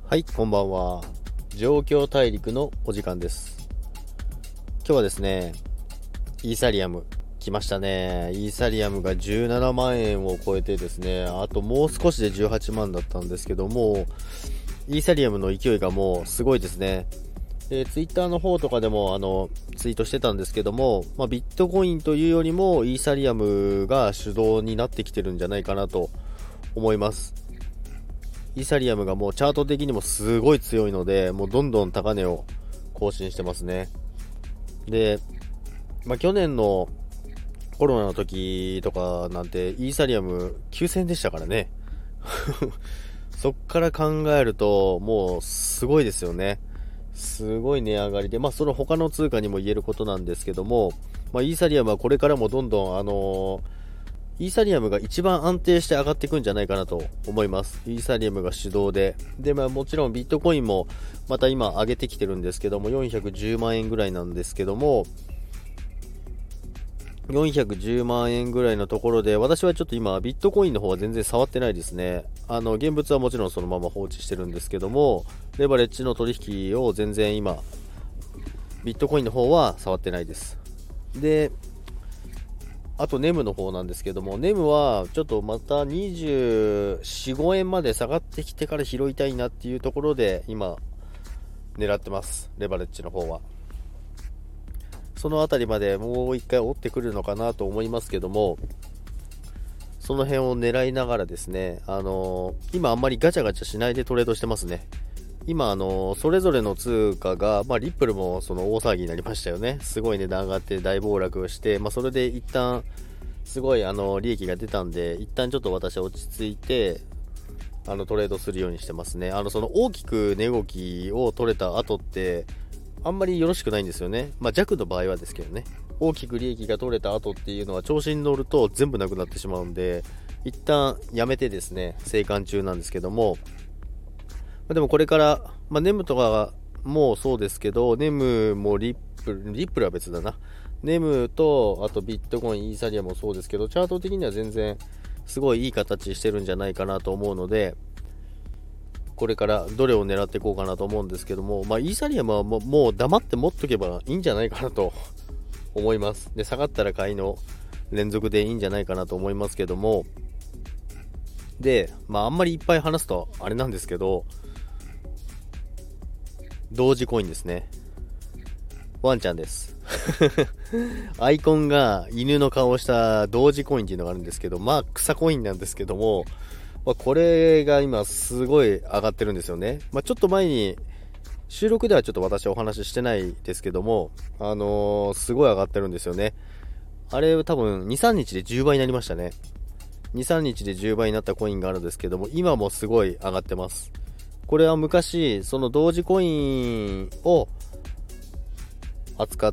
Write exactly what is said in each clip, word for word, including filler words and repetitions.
はい、こんばんは。状況大陸のお時間です。今日はですね、イーサリアム来ましたね。イーサリアムがじゅうななまんえんを超えてですね、あともう少しでじゅうはちまんだったんですけども、イーサリアムの勢いがもうすごいですね。で、ツイッターの方とかでもあのツイートしてたんですけども、まあ、ビットコインというよりもイーサリアムが主導になってきてるんじゃないかなと思います。イーサリアムがもうチャート的にもすごい強いので、もうどんどん高値を更新してますね。で、まあ、去年のコロナの時とかなんてイーサリアムきゅうせんえんでしたからね。そっから考えるともうすごいですよね。すごい値上がりで、まあその他の通貨にも言えることなんですけども、まあ、イーサリアムはこれからもどんどんあのーイーサリアムが一番安定して上がっていくんじゃないかなと思います。イーサリアムが主導で。で、まあもちろんビットコインもまた今上げてきてるんですけども、よんひゃくじゅうまんえんぐらいなんですけども、よんひゃくじゅうまんえんぐらいのところで、私はちょっと今ビットコインの方は全然触ってないですね。あの、現物はもちろんそのまま放置してるんですけども、レバレッジの取引を全然今、ビットコインの方は触ってないです。で、あとネムの方なんですけども、ネムはちょっとまたにじゅうよん、ごえんまで下がってきてから拾いたいなっていうところで今狙ってます。レバレッジの方はそのあたりまでもう一回追ってくるのかなと思いますけども、その辺を狙いながらですね、あのー、今あんまりガチャガチャしないでトレードしてますね。今あのー、それぞれの通貨が、まあ、リップルもその大騒ぎになりましたよね。すごい値段上がって大暴落をして、まあ、それで一旦すごいあの利益が出たんで、一旦ちょっと私は落ち着いてあのトレードするようにしてますね。あのその大きく値動きを取れた後ってあんまりよろしくないんですよね。まあ弱の場合はですけどね。大きく利益が取れた後っていうのは調子に乗ると全部なくなってしまうんで、一旦やめてですね、静観中なんですけども、まあ、でもこれから、まあ、ネムとかもそうですけど、ネムもリップル、リップルは別だな。ネムと、あとビットコイン、イーサリアムもそうですけど、チャート的には全然すごいいい形してるんじゃないかなと思うので、これからどれを狙っていこうかなと思うんですけども、まあ、イーサリアムはもう、もう黙って持っとけばいいんじゃないかなと思います。で、下がったら買いの連続でいいんじゃないかなと思いますけども、で、まあ、あんまりいっぱい話すとあれなんですけど、同時コインですね。ワンちゃんですアイコンが犬の顔をした同時コインっていうのがあるんですけど、まあ草コインなんですけども、まあ、これが今すごい上がってるんですよね。まあ、ちょっと前に収録ではちょっと私はお話ししてないですけども、あのー、すごい上がってるんですよね。あれ多分に、さんにちでじゅうばいになりましたね。に、さんにちでじゅうばいになったコインがあるんですけども、今もすごい上がってます。これは昔その同時コインを扱って、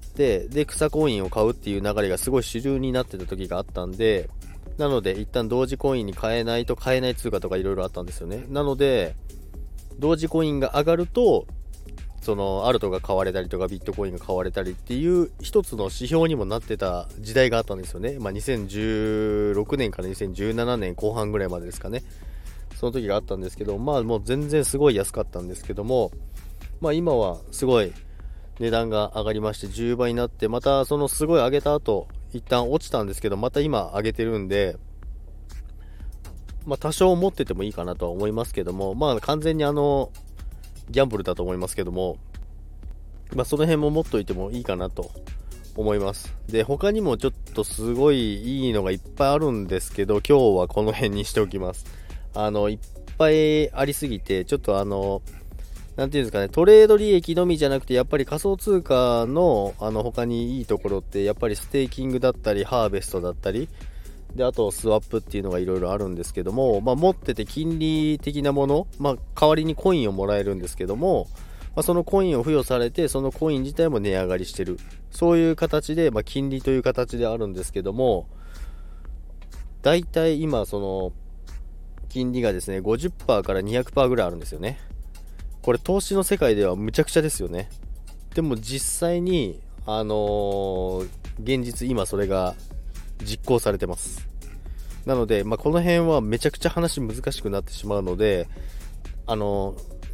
で草コインを買うっていう流れがすごい主流になってた時があったんで、なので一旦同時コインに変えないと買えない通貨とかいろいろあったんですよね。なので同時コインが上がると、そのアルトが買われたりとかビットコインが買われたりっていう一つの指標にもなってた時代があったんですよね。まあ、にせんじゅうろくねんからにせんじゅうななねんこう半ぐらいまでですかね。その時があったんですけど、まあもう全然すごい安かったんですけども、まあ今はすごい値段が上がりましてじゅうばいになって、またそのすごい上げた後一旦落ちたんですけど、また今上げてるんで、まあ多少持っててもいいかなとは思いますけども、まあ完全にあのギャンブルだと思いますけども、まあその辺も持っといてもいいかなと思います。で、他にもちょっとすごいいいのがいっぱいあるんですけど、今日はこの辺にしておきます。あのいっぱいありすぎて、ちょっとあのなんていうんですかね、トレード利益のみじゃなくて、やっぱり仮想通貨のあの他にいいところって、やっぱりステーキングだったりハーベストだったりで、あとスワップっていうのがいろいろあるんですけども、まあ、持ってて金利的なもの、まあ、代わりにコインをもらえるんですけども、まあ、そのコインを付与されて、そのコイン自体も値上がりしてる、そういう形で、まあ、金利という形であるんですけども、だいたい今その金利がですね ごじゅっパーセント から にひゃくパーセント ぐらいあるんですよね。これ投資の世界ではむちゃくちゃですよね。でも実際にあのー、現実今それが実行されてます。なので、まあ、この辺はめちゃくちゃ話難しくなってしまうので、あのー、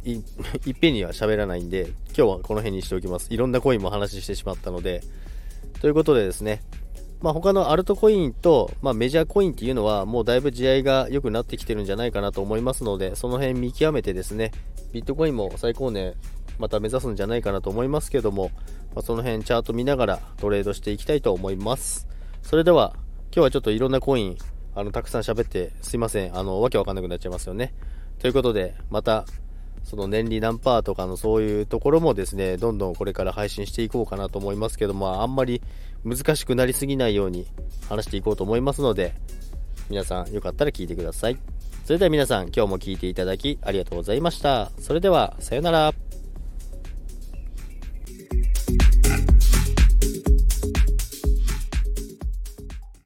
いいっぺんには喋らないんで、今日はこの辺にしておきます。いろんなコインも話してしまったので。ということでですね、まあ、他のアルトコインと、まあ、メジャーコインっていうのはもうだいぶ地合いが良くなってきてるんじゃないかなと思いますので、その辺見極めてですね、ビットコインも最高値また目指すんじゃないかなと思いますけども、まあ、その辺チャート見ながらトレードしていきたいと思います。それでは今日はちょっといろんなコインあのたくさん喋ってすいません、あのわけわかんなくなっちゃいますよね。ということで、またその年利何パーとかのそういうところもですね、どんどんこれから配信していこうかなと思いますけども、あんまり難しくなりすぎないように話していこうと思いますので、皆さんよかったら聞いてください。それでは皆さん、今日も聞いていただきありがとうございました。それではさよなら。